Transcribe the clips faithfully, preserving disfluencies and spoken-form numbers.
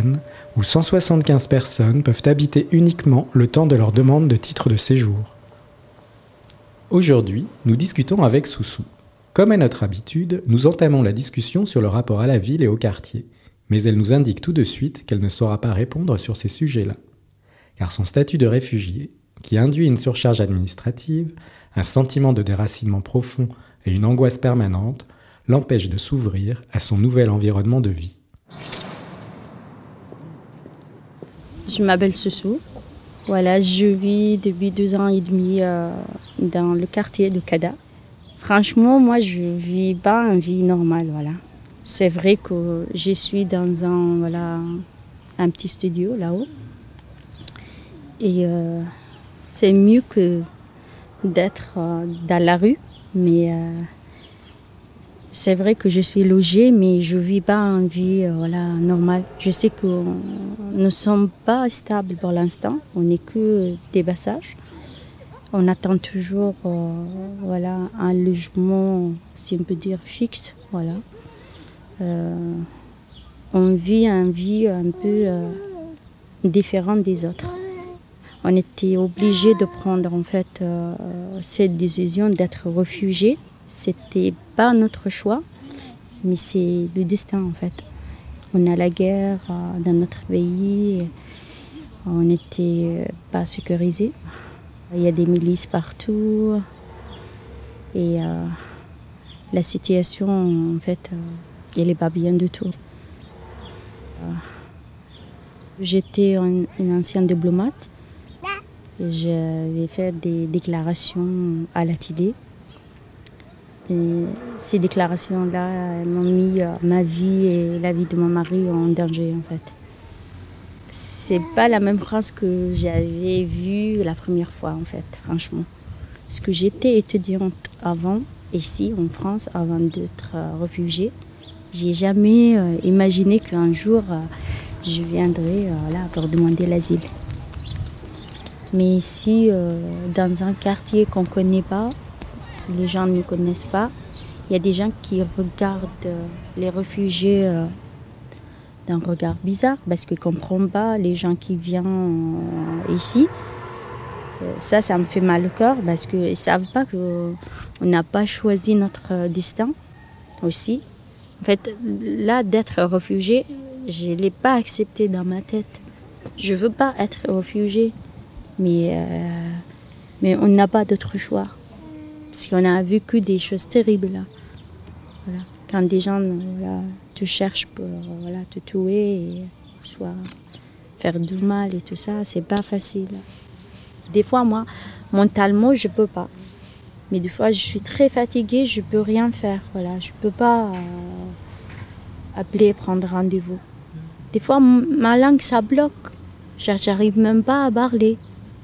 Cannes, où cent soixante-quinze personnes peuvent habiter uniquement le temps de leur demande de titre de séjour. Aujourd'hui, nous discutons avec Soussou. Comme à notre habitude, nous entamons la discussion sur le rapport à la ville et au quartier, mais elle nous indique tout de suite qu'elle ne saura pas répondre sur ces sujets-là. Car son statut de réfugié, qui induit une surcharge administrative, un sentiment de déracinement profond et une angoisse permanente, l'empêche de s'ouvrir à son nouvel environnement de vie. Je m'appelle Soussou. Voilà, je vis depuis deux ans et demi euh, dans le quartier de Kada. Franchement, moi, je ne vis pas une vie normale. Voilà. C'est vrai que je suis dans un, voilà, un petit studio là-haut. Et euh, c'est mieux que d'être euh, dans la rue, mais euh, c'est vrai que je suis logée, mais je ne vis pas une vie euh, voilà, normale. Je sais que nous ne sommes pas stables pour l'instant, on n'est que des passages. On attend toujours euh, voilà, un logement, si on peut dire, fixe. Voilà. Euh, on vit une vie un peu euh, différente des autres. On était obligé de prendre en fait euh, cette décision d'être réfugié. C'était pas notre choix, mais c'est le destin en fait. On a la guerre euh, dans notre pays, on n'était pas sécurisé. Il y a des milices partout et euh, la situation en fait, euh, elle n'est pas bien du tout. Euh, j'étais une, une ancienne diplomate. J'avais fait des déclarations à la télé. Et ces déclarations-là m'ont mis ma vie et la vie de mon mari en danger, en fait. C'est pas la même France que j'avais vue la première fois, en fait, franchement. Parce que j'étais étudiante avant, ici, en France, avant d'être réfugiée. J'ai jamais euh, imaginé qu'un jour, euh, je viendrais euh, là pour demander l'asile. Mais ici, euh, dans un quartier qu'on ne connaît pas, les gens ne connaissent pas, il y a des gens qui regardent euh, les réfugiés euh, d'un regard bizarre parce qu'ils ne comprennent pas les gens qui viennent euh, ici. Euh, ça, ça me fait mal au cœur parce qu'ils ne savent pas qu'on n'a pas choisi notre destin aussi. En fait, là, d'être réfugié, je ne l'ai pas accepté dans ma tête. Je ne veux pas être réfugié. Mais, euh, mais on n'a pas d'autre choix. Parce qu'on a vécu des choses terribles là. Voilà. Quand des gens voilà, te cherchent pour voilà, te tuer, et soit faire du mal et tout ça, c'est pas facile. Des fois, moi, mentalement, je peux pas. Mais des fois, je suis très fatiguée, je peux rien faire. Voilà. Je peux pas euh, appeler, prendre rendez-vous. Des fois, ma langue, ça bloque. J'arrive même pas à parler.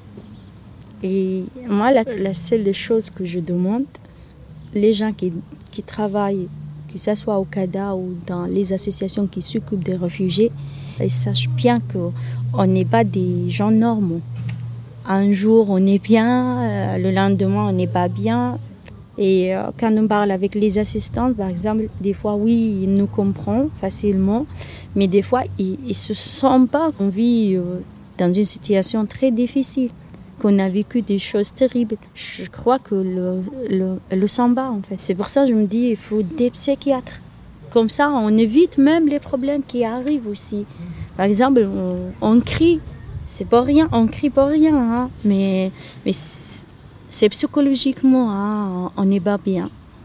Et moi, la, la seule chose que je demande, les gens qui, qui travaillent, que ce soit au Kada ou dans les associations qui s'occupent des réfugiés, ils sachent bien qu'on n'est pas des gens normaux. Un jour, on est bien, euh, le lendemain, on n'est pas bien. Et euh, quand on parle avec les assistants, par exemple, des fois, oui, ils nous comprennent facilement, mais des fois, ils ne se sentent pas qu'on vit euh, dans une situation très difficile. Qu'on a vécu des choses terribles. Je crois que le, le, le sent pas, en fait. C'est pour ça que je me dis qu'il faut des psychiatres. Comme ça, on évite même les problèmes qui arrivent aussi. Par exemple, on, on crie, c'est pas rien, on crie pour rien, hein, mais, mais c'est psychologiquement, hein, on n'est pas bien.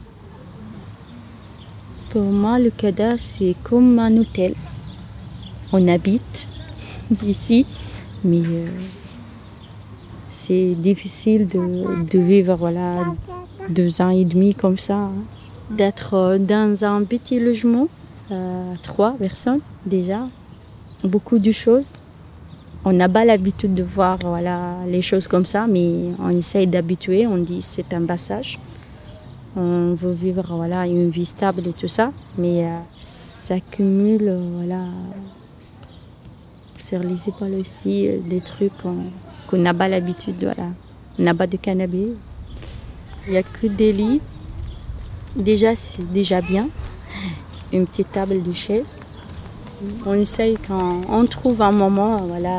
Pour moi, le Kada, c'est comme un hôtel. On habite ici, mais... Euh, c'est difficile de, de vivre voilà, deux ans et demi comme ça. Hein. D'être dans un petit logement, euh, trois personnes déjà, beaucoup de choses. On n'a pas l'habitude de voir voilà, les choses comme ça, mais on essaye d'habituer, on dit c'est un passage. On veut vivre voilà, une vie stable et tout ça, mais euh, ça cumule voilà, sur les épaules aussi des trucs qu'on qu'on n'a pas l'habitude, voilà. On n'a pas de canapé. Il n'y a que des lits. Déjà, c'est déjà bien. Une petite table de chaise. On essaye quand on trouve un moment, voilà,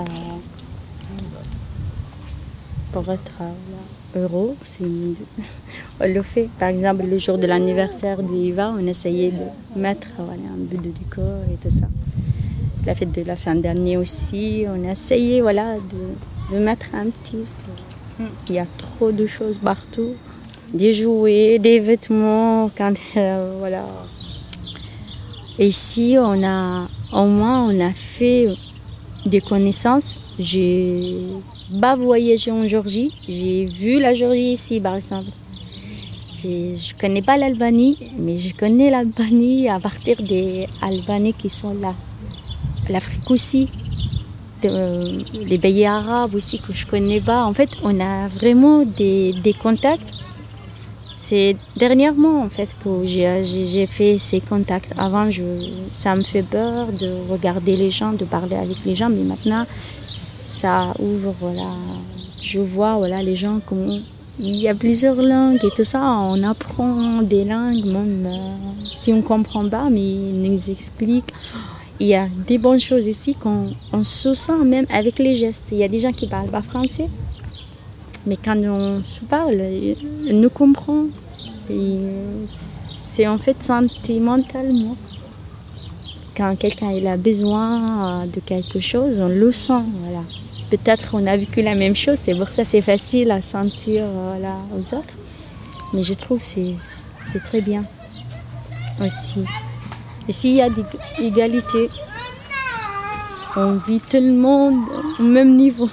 pour être voilà, heureux. C'est, on le fait. Par exemple, le jour de l'anniversaire de Eva, on essayait de mettre voilà, un peu de décor et tout ça. La fête de la fin d'année aussi, on a essayé voilà, de, de mettre un petit... Il y a trop de choses partout. Des jouets, des vêtements, quand, euh, voilà. Et ici, on a, au moins, on a fait des connaissances. J'ai pas voyagé en Géorgie, j'ai vu la Géorgie ici, par exemple. J'ai, je connais pas l'Albanie, mais je connais l'Albanie à partir des Albanais qui sont là. L'Afrique aussi, de, les pays arabes aussi que je connais pas. En fait, on a vraiment des, des contacts. C'est dernièrement en fait que j'ai, j'ai, j'ai fait ces contacts. Avant, je, ça me fait peur de regarder les gens, de parler avec les gens, mais maintenant, ça ouvre. Voilà, je vois voilà les gens comment il y a plusieurs langues et tout ça. On apprend des langues même euh, si on comprend pas, mais ils nous expliquent. Il y a des bonnes choses ici qu'on on se sent même avec les gestes. Il y a des gens qui parlent pas français. Mais quand on se parle, on nous comprend. Et c'est en fait sentimentalement. Quand quelqu'un il a besoin de quelque chose, on le sent. Voilà. Peut-être on a vécu la même chose, c'est pour ça que c'est facile à sentir voilà, aux autres. Mais je trouve que c'est, c'est très bien aussi. Ici, il y a des égalités. On vit tout le monde au même niveau.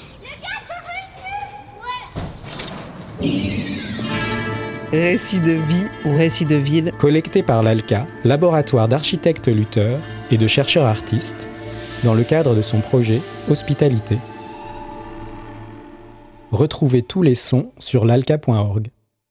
Récits de vie ou récits de ville. Collectés par l'A L C A, laboratoire d'architectes lutteurs et de chercheurs artistes, dans le cadre de son projet Hospitalité. Retrouvez tous les sons sur lalca point org.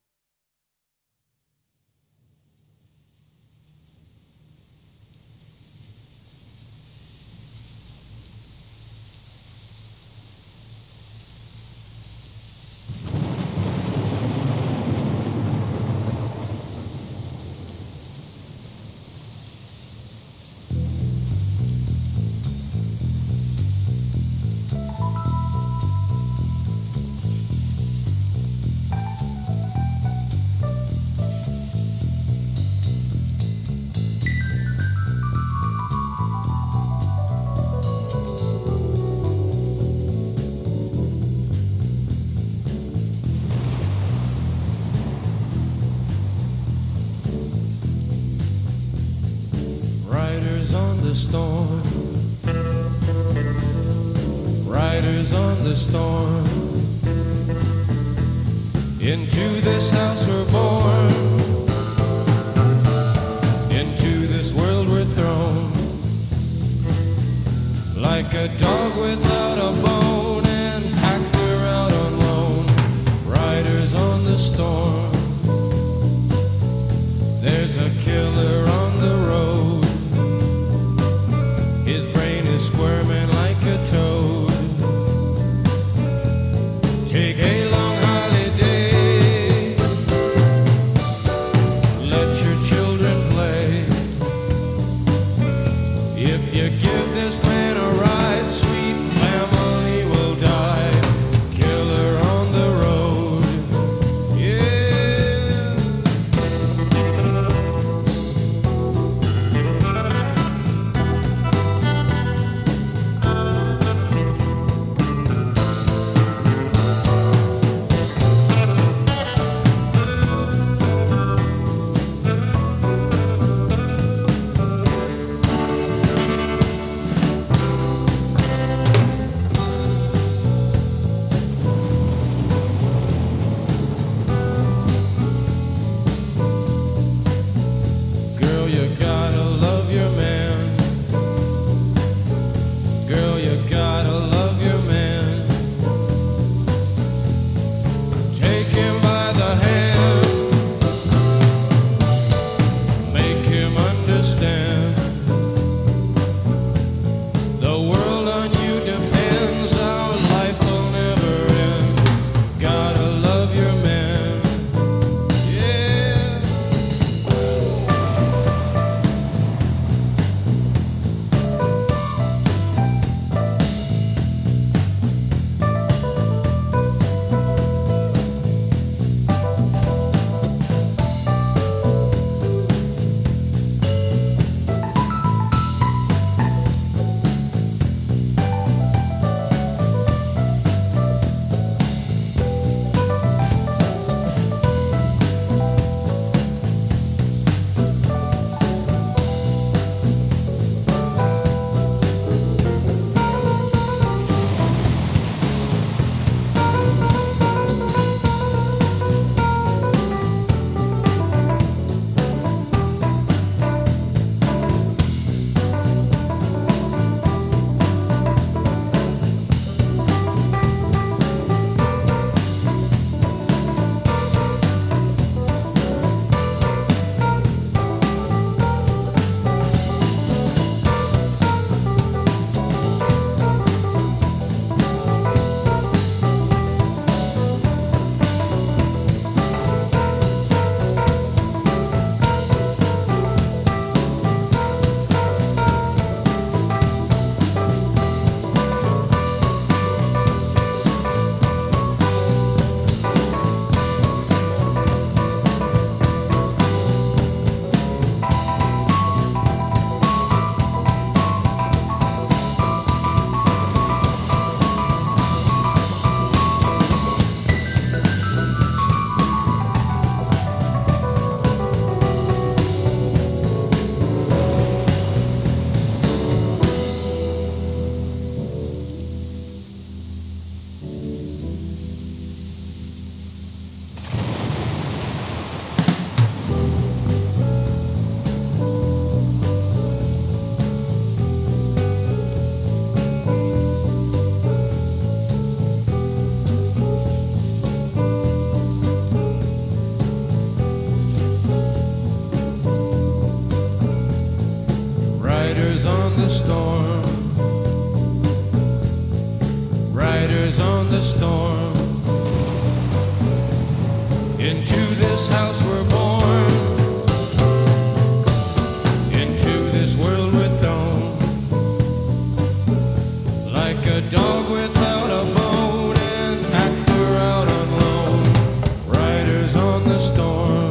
Storm. Riders on the storm. Into this house we're born. Into this world we're thrown. Like a dog without a bone and hacked her out on loan. Riders on the storm. There's a killer on the road. His brain is squirming like a toad. Take a long holiday. Let your children play. If you give this man a ride, sweet family will on the storm. Into this house we're born, into this world we're thrown, like a dog without a bone, an actor out on loan, riders on the storm.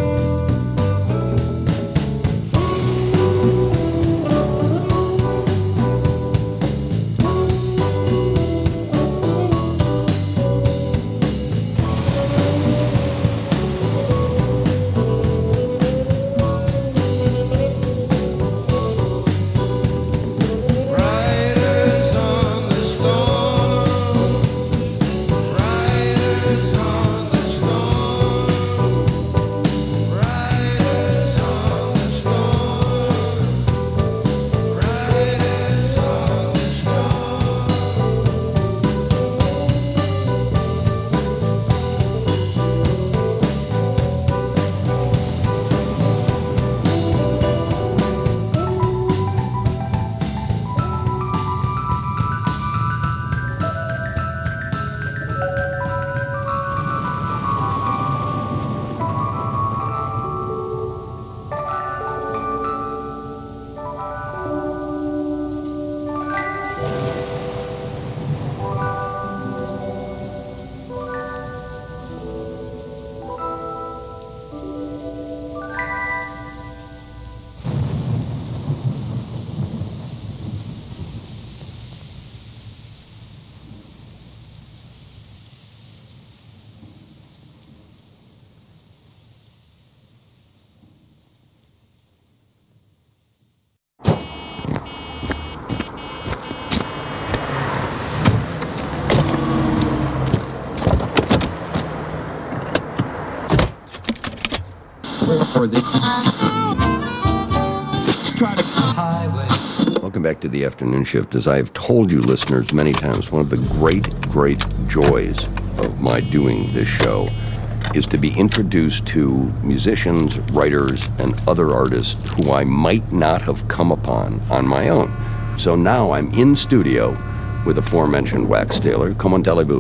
Welcome back to the afternoon shift. As I've told you listeners many times, one of the great, great joys of my doing this show is to be introduced to musicians, writers, and other artists who I might not have come upon on my own. So now I'm in studio with aforementioned Wax Taylor. Comment allez-vous?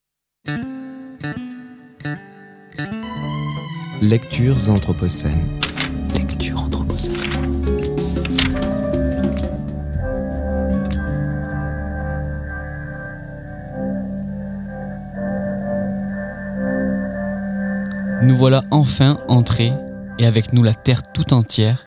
Lectures anthropocènes. Lectures anthropocènes. Nous voilà enfin entrés, et avec nous la terre tout entière,